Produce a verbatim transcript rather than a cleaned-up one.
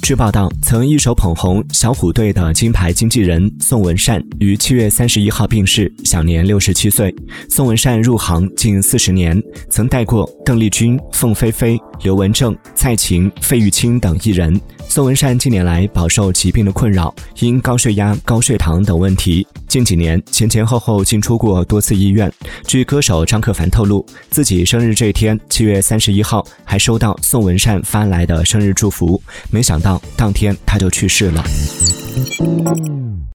据报道，曾一手捧红小虎队的金牌经纪人宋文善于七月三十一号病逝，享年六十七岁。宋文善入行近四十年，曾带过邓丽君、凤飞飞、刘文正、蔡琴、费玉清等艺人。宋文善近年来饱受疾病的困扰，因高血压、高血糖等问题，近几年前前后后进出过多次医院。据歌手张克凡透露，自己生日这天七月三十一号还收到宋文善发来的生日祝福，没想到当天他就去世了。